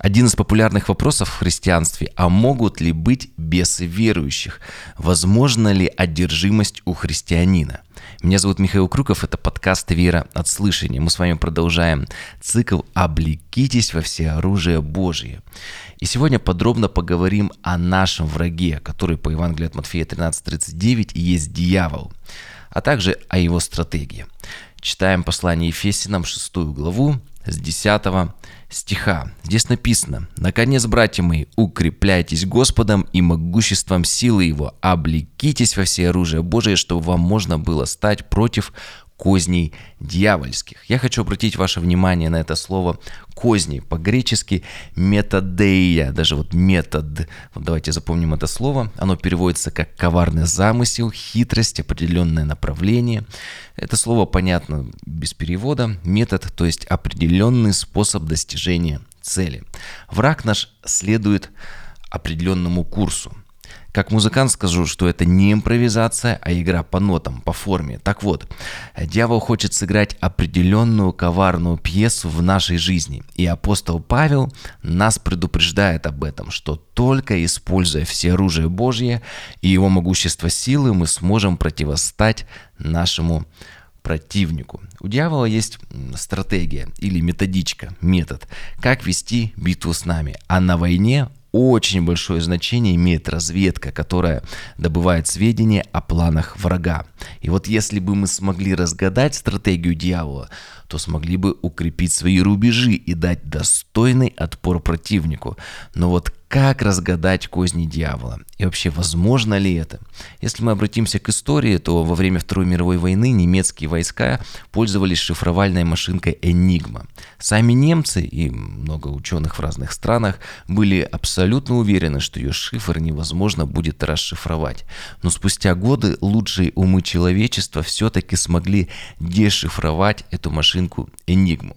Один из популярных вопросов в христианстве – а могут ли быть бесы верующих? Возможна ли одержимость у христианина? Меня зовут Михаил Крюков, это подкаст «Вера от слышания». Мы с вами продолжаем цикл «Облекитесь во всеоружие Божие». И сегодня подробно поговорим о нашем враге, который по Евангелию от Матфея 13:39 и есть дьявол, а также о его стратегии. Читаем послание Ефесянам 6 главу с 10 стиха. Здесь написано: «Наконец, братья мои, укрепляйтесь Господом и могуществом силы Его, облекитесь во всеоружие Божие, чтобы вам можно было стать против козней дьявольских». Я хочу обратить ваше внимание на это слово «козни», по-гречески «методеия», даже вот метод, вот давайте запомним это слово, оно переводится как «коварный замысел», «хитрость», «определенное направление». Это слово понятно без перевода, метод, то есть определенный способ достижения цели. Враг наш следует определенному курсу. Как музыкант скажу, что это не импровизация, а игра по нотам, по форме. Так вот, дьявол хочет сыграть определенную коварную пьесу в нашей жизни. И апостол Павел нас предупреждает об этом, что только используя всеоружие Божье и его могущество силы, мы сможем противостать нашему противнику. У дьявола есть стратегия или методичка, метод, как вести битву с нами. А на войне очень большое значение имеет разведка, которая добывает сведения о планах врага. И вот если бы мы смогли разгадать стратегию дьявола, то смогли бы укрепить свои рубежи и дать достойный отпор противнику. Но вот как разгадать козни дьявола? И вообще, возможно ли это? Если мы обратимся к истории, то во время Второй мировой войны немецкие войска пользовались шифровальной машинкой «Энигма». Сами немцы и много ученых в разных странах были абсолютно уверены, что ее шифр невозможно будет расшифровать. Но спустя годы лучшие умы человечества все-таки смогли дешифровать эту машинку «Энигму».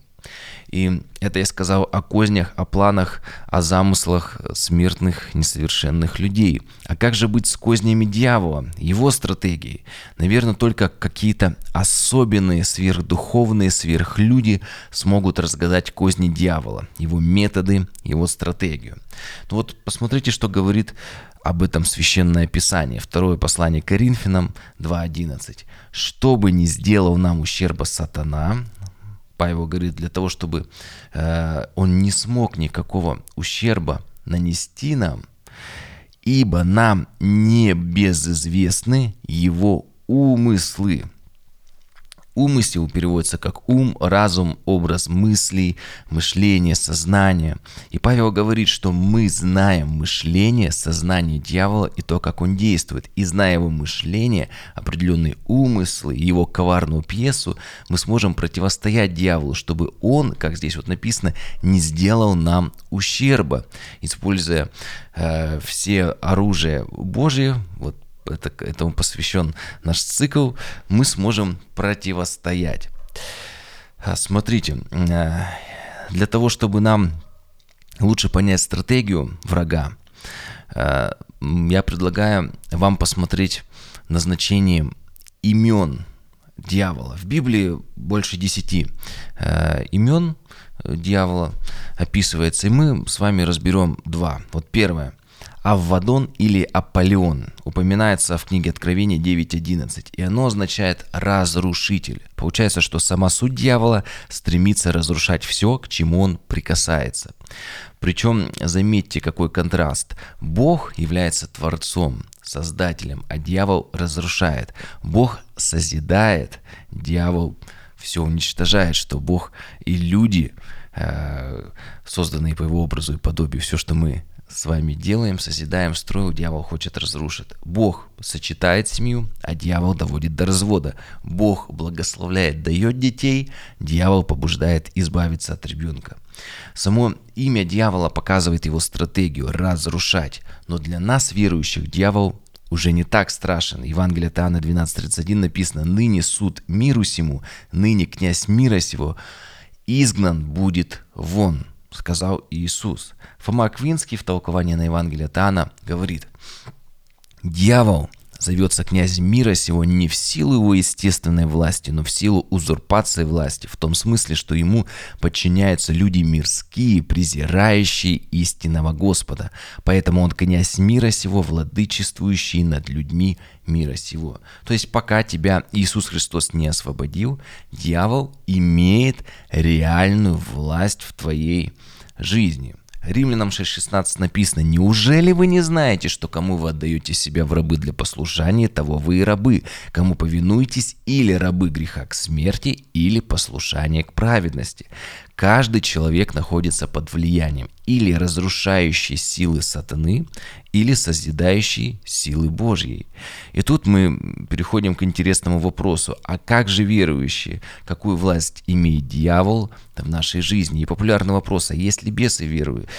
И это я сказал о кознях, о планах, о замыслах смертных, несовершенных людей. А как же быть с кознями дьявола, его стратегией? Наверное, только какие-то особенные, сверхдуховные сверхлюди смогут разгадать козни дьявола, его методы, его стратегию. Ну вот посмотрите, что говорит об этом Священное Писание. Второе послание Коринфянам 2:11. «Что бы ни сделал нам ущерба сатана», Павел говорит, для того, чтобы он не смог никакого ущерба нанести нам, ибо нам не безызвестны его умыслы. Умысел переводится как ум, разум, образ мыслей, мышление, сознание. И Павел говорит, что мы знаем мышление, сознание дьявола и то, как он действует. И зная его мышление, определенные умыслы, его коварную пьесу, мы сможем противостоять дьяволу, чтобы он, как здесь вот написано, не сделал нам ущерба. Используя все оружия Божие, вот этому посвящен наш цикл, мы сможем противостоять. Смотрите, для того, чтобы нам лучше понять стратегию врага, я предлагаю вам посмотреть на значение имен дьявола. В Библии больше 10 имен дьявола описывается, и мы с вами разберем 2. Вот первое. Аввадон или Аполеон упоминается в книге Откровения 9:11, и оно означает «разрушитель». Получается, что сама суть дьявола стремится разрушать все, к чему он прикасается. Причем, заметьте, какой контраст. Бог является Творцом, Создателем, а дьявол разрушает. Бог созидает, дьявол все уничтожает, что Бог и люди, созданные по его образу и подобию, все, что мы с вами делаем, созидаем, строим, дьявол хочет разрушить. Бог сочетает семью, а дьявол доводит до развода. Бог благословляет, дает детей, дьявол побуждает избавиться от ребенка. Само имя дьявола показывает его стратегию – разрушать. Но для нас, верующих, дьявол уже не так страшен. Евангелие от Иоанна 12:31 написано: «Ныне суд миру сему, ныне князь мира сего изгнан будет вон», сказал Иисус. Фома Аквинский в толковании на Евангелие от Иоанна говорит: «Дьявол зовется князь мира сего не в силу его естественной власти, но в силу узурпации власти, в том смысле, что ему подчиняются люди мирские, презирающие истинного Господа. Поэтому он князь мира сего, владычествующий над людьми мира сего. То есть пока тебя Иисус Христос не освободил, дьявол имеет реальную власть в твоей жизни. Римлянам 6:16 написано: «Неужели вы не знаете, что кому вы отдаете себя в рабы для послушания, того вы и рабы, кому повинуетесь, или рабы греха к смерти, или послушания к праведности?» Каждый человек находится под влиянием или разрушающей силы сатаны, или созидающей силы Божьей. И тут мы переходим к интересному вопросу: а как же верующие? Какую власть имеет дьявол в нашей жизни? И популярный вопрос: а есть ли бесы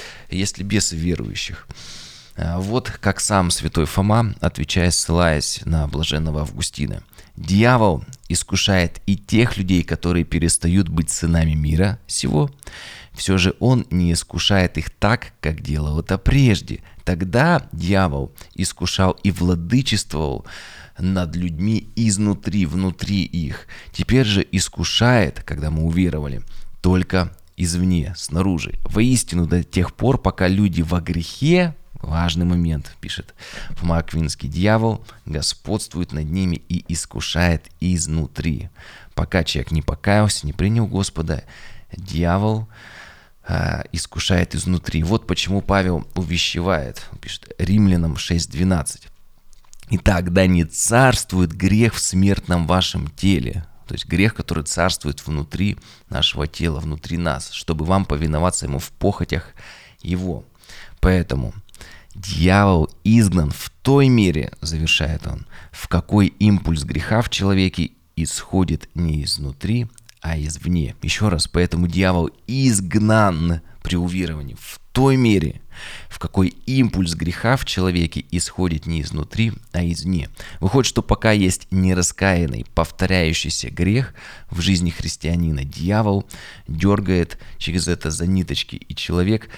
верующих? Вот как сам святой Фома отвечает, ссылаясь на блаженного Августина: «Дьявол искушает и тех людей, которые перестают быть сынами мира сего. Все же он не искушает их так, как делал это прежде. Тогда дьявол искушал и владычествовал над людьми изнутри, внутри их. Теперь же искушает, когда мы уверовали, только извне, снаружи. Воистину, до тех пор, пока люди во грехе». Важный момент, пишет Фома Аквинский: «Дьявол господствует над ними и искушает изнутри». Пока человек не покаялся, не принял Господа, дьявол искушает изнутри. Вот почему Павел увещевает, пишет Римлянам 6:12: «Итак, да не царствует грех в смертном вашем теле». То есть грех, который царствует внутри нашего тела, внутри нас, чтобы вам повиноваться ему в похотях его. Поэтому дьявол изгнан в той мере, завершает он, в какой импульс греха в человеке исходит не изнутри, а извне. Еще раз, поэтому дьявол изгнан при уверовании в той мере, в какой импульс греха в человеке исходит не изнутри, а извне. Выходит, что пока есть нераскаянный, повторяющийся грех в жизни христианина, дьявол дергает через это за ниточки, и человек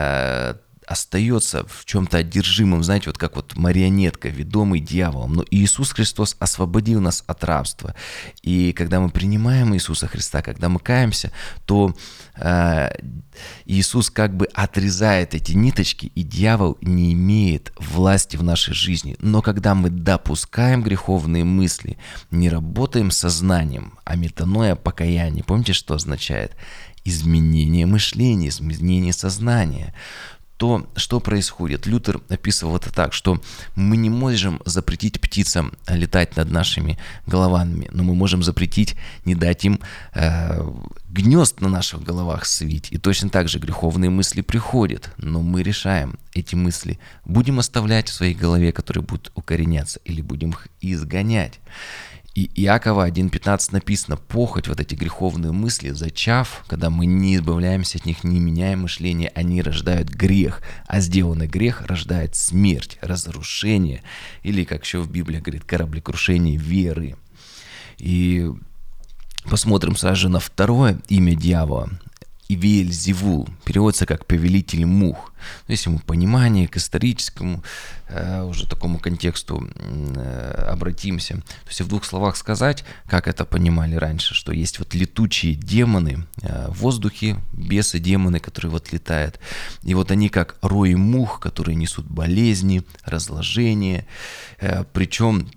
остается в чем-то одержимым, знаете, вот как вот марионетка, ведомый дьяволом. Но Иисус Христос освободил нас от рабства. И когда мы принимаем Иисуса Христа, когда мы каемся, то Иисус как бы отрезает эти ниточки, и дьявол не имеет власти в нашей жизни. Но когда мы допускаем греховные мысли, не работаем сознанием, а метаноя, покаяние, помните, что означает? Изменение мышления, изменение сознания. То что происходит? Лютер описывал это так, что мы не можем запретить птицам летать над нашими головами, но мы можем запретить, не дать им гнезд на наших головах свить. И точно так же греховные мысли приходят, но мы решаем, эти мысли будем оставлять в своей голове, которые будут укореняться, или будем их изгонять. И Иакова 1:15 написано: «Похоть», вот эти греховные мысли, зачав, когда мы не избавляемся от них, не меняем мышление, они рождают грех, а сделанный грех рождает смерть, разрушение, или, как еще в Библии говорит, кораблекрушение веры. И посмотрим сразу же на второе имя дьявола. И Веельзевул переводится как «повелитель мух». Если мы понимание к историческому уже такому контексту обратимся, то есть в двух словах сказать, как это понимали раньше, что есть вот летучие демоны в воздухе, бесы, демоны, которые вот летают, и вот они как рои мух, которые несут болезни, разложения, причем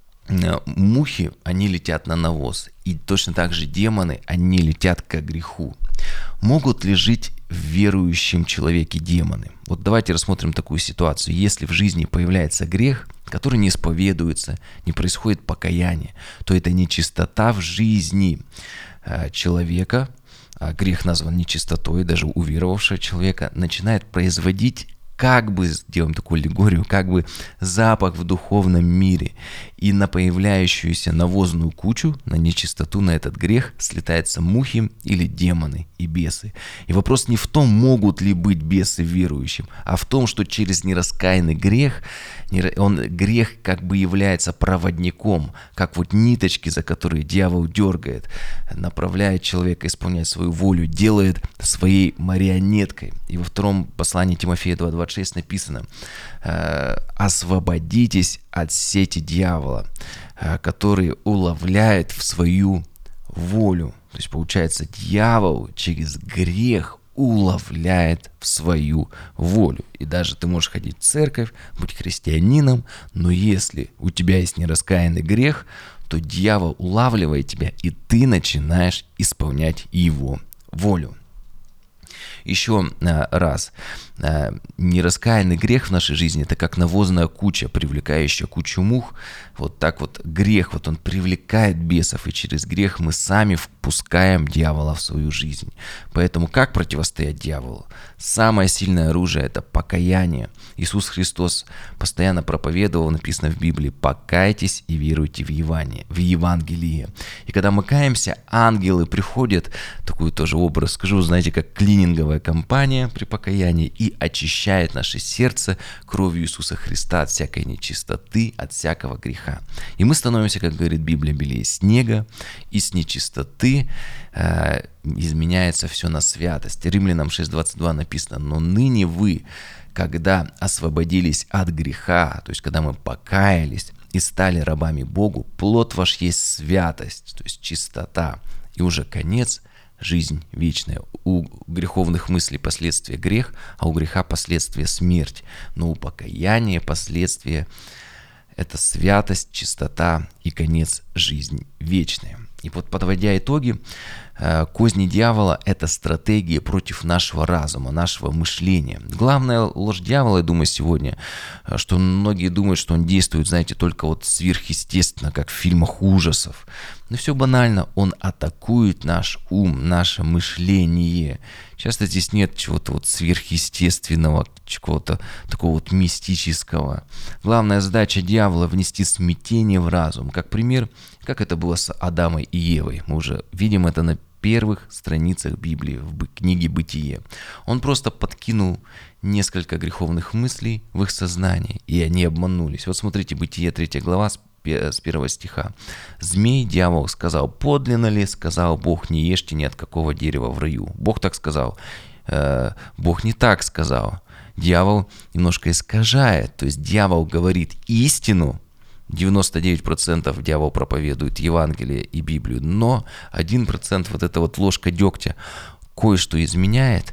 мухи, они летят на навоз, и точно так же демоны, они летят к греху. Могут ли жить в верующем человеке демоны? Вот давайте рассмотрим такую ситуацию. Если в жизни появляется грех, который не исповедуется, не происходит покаяние, то это нечистота в жизни человека, грех назван нечистотой, даже уверовавшего человека, начинает производить, как бы, сделаем такую аллегорию, как бы запах в духовном мире. И на появляющуюся навозную кучу, на нечистоту, на этот грех слетаются мухи или демоны и бесы. И вопрос не в том, могут ли быть бесы верующим, а в том, что через нераскаянный грех, грех как бы является проводником, как вот ниточки, за которые дьявол дергает, направляет человека исполнять свою волю, делает своей марионеткой. И во втором послании Тимофея 2:26 26 написано: «Освободитесь от сети дьявола, который уловляет в свою волю». То есть, получается, дьявол через грех уловляет в свою волю. И даже ты можешь ходить в церковь, быть христианином, но если у тебя есть нераскаянный грех, то дьявол улавливает тебя, и ты начинаешь исполнять его волю. Еще раз, нераскаянный грех в нашей жизни – это как навозная куча, привлекающая кучу мух. Вот так вот грех, вот он привлекает бесов, и через грех мы сами впускаем дьявола в свою жизнь. Поэтому как противостоять дьяволу? Самое сильное оружие – это покаяние. Иисус Христос постоянно проповедовал, написано в Библии: «Покайтесь и веруйте в Евангелие». И когда мы каемся, ангелы приходят, такой тоже образ скажу, знаете, как клининговая компания при покаянии, и очищает наше сердце кровью Иисуса Христа от всякой нечистоты, от всякого греха. И мы становимся, как говорит Библия, белее снега, и с нечистоты изменяется все на святость. Римлянам 6:22 написано: «Но ныне вы, когда освободились от греха», то есть когда мы покаялись и стали рабами Богу, плод ваш есть святость, то есть чистота, и уже конец – жизнь вечная. У греховных мыслей последствия грех, а у греха последствия смерть. Но у покаяния последствия – это святость, чистота и конец – жизнь вечная. И вот, подводя итоги, козни дьявола – это стратегия против нашего разума, нашего мышления. Главная ложь дьявола, я думаю, сегодня, что многие думают, что он действует, знаете, только вот сверхъестественно, как в фильмах ужасов. Но все банально, он атакует наш ум, наше мышление. Часто здесь нет чего-то вот сверхъестественного, чего-то такого вот мистического. Главная задача дьявола – внести смятение в разум. Как пример, как это было с Адамом и Евой. Мы уже видим это на первых страницах Библии, в книге «Бытие». Он просто подкинул несколько греховных мыслей в их сознание, и они обманулись. Вот смотрите, «Бытие», 3 глава, с 1 стиха. «Змей, дьявол, сказал: подлинно ли сказал Бог, не ешьте ни от какого дерева в раю?» Бог так сказал. Бог не так сказал. Дьявол немножко искажает, то есть дьявол говорит истину. 99% дьявол проповедует Евангелие и Библию, но 1% вот эта вот ложка дегтя кое-что изменяет,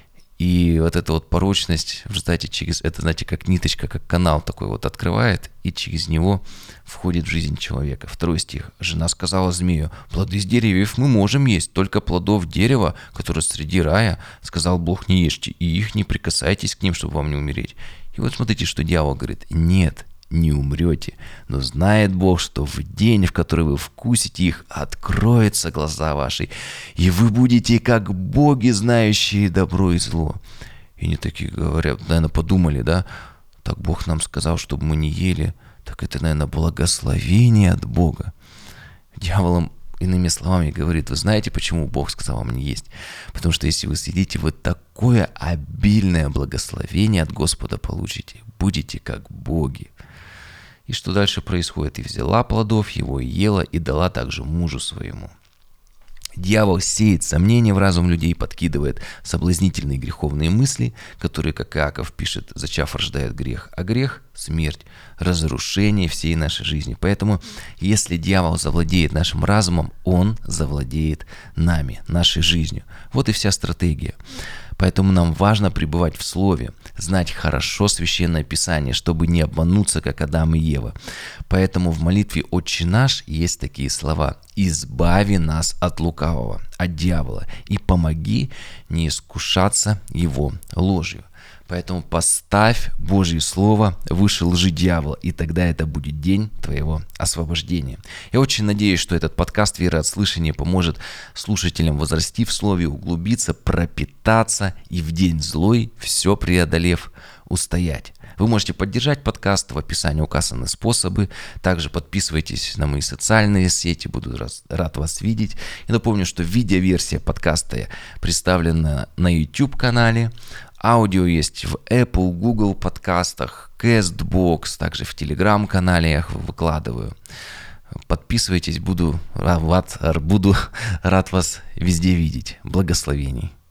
и вот эта вот порочность, в результате это, знаете, как ниточка, как канал такой вот открывает, и через него входит в жизнь человека. 2 стих. «Жена сказала змею: плоды с деревьев мы можем есть, только плодов дерева, которое среди рая, сказал Бог, не ешьте, и их не прикасайтесь к ним, чтобы вам не умереть». И вот смотрите, что дьявол говорит: нет, не умрете, но знает Бог, что в день, в который вы вкусите их, откроются глаза ваши, и вы будете как боги, знающие добро и зло. И они такие говорят, наверное, подумали, да, так Бог нам сказал, чтобы мы не ели, так это, наверное, благословение от Бога. Дьявол, иными словами, говорит: вы знаете, почему Бог сказал вам не есть? Потому что если вы съедите, вы такое обильное благословение от Господа получите, будете как боги. И что дальше происходит? «И взяла плодов его, и ела, и дала также мужу своему». Дьявол сеет сомнения в разум людей, подкидывает соблазнительные греховные мысли, которые, как Иаков пишет, зачав рождает грех, а грех – смерть, разрушение всей нашей жизни. Поэтому, если дьявол завладеет нашим разумом, он завладеет нами, нашей жизнью. Вот и вся стратегия. Поэтому нам важно пребывать в Слове, знать хорошо Священное Писание, чтобы не обмануться, как Адам и Ева. Поэтому в молитве «Отче наш» есть такие слова: «Избави нас от лукавого, от дьявола, и помоги не искушаться его ложью». Поэтому поставь Божье Слово выше лжи дьявола, и тогда это будет день твоего освобождения. Я очень надеюсь, что этот подкаст «Вера от слышания» поможет слушателям возрасти в Слове, углубиться, пропитаться и в день злой, все преодолев, устоять. Вы можете поддержать подкаст, в описании указаны способы. Также подписывайтесь на мои социальные сети, буду рад вас видеть. И напомню, что видеоверсия подкаста представлена на YouTube-канале. Аудио есть в Apple, Google подкастах, CastBox, также в Telegram-канале я их выкладываю. Подписывайтесь, буду рад вас везде видеть. Благословений.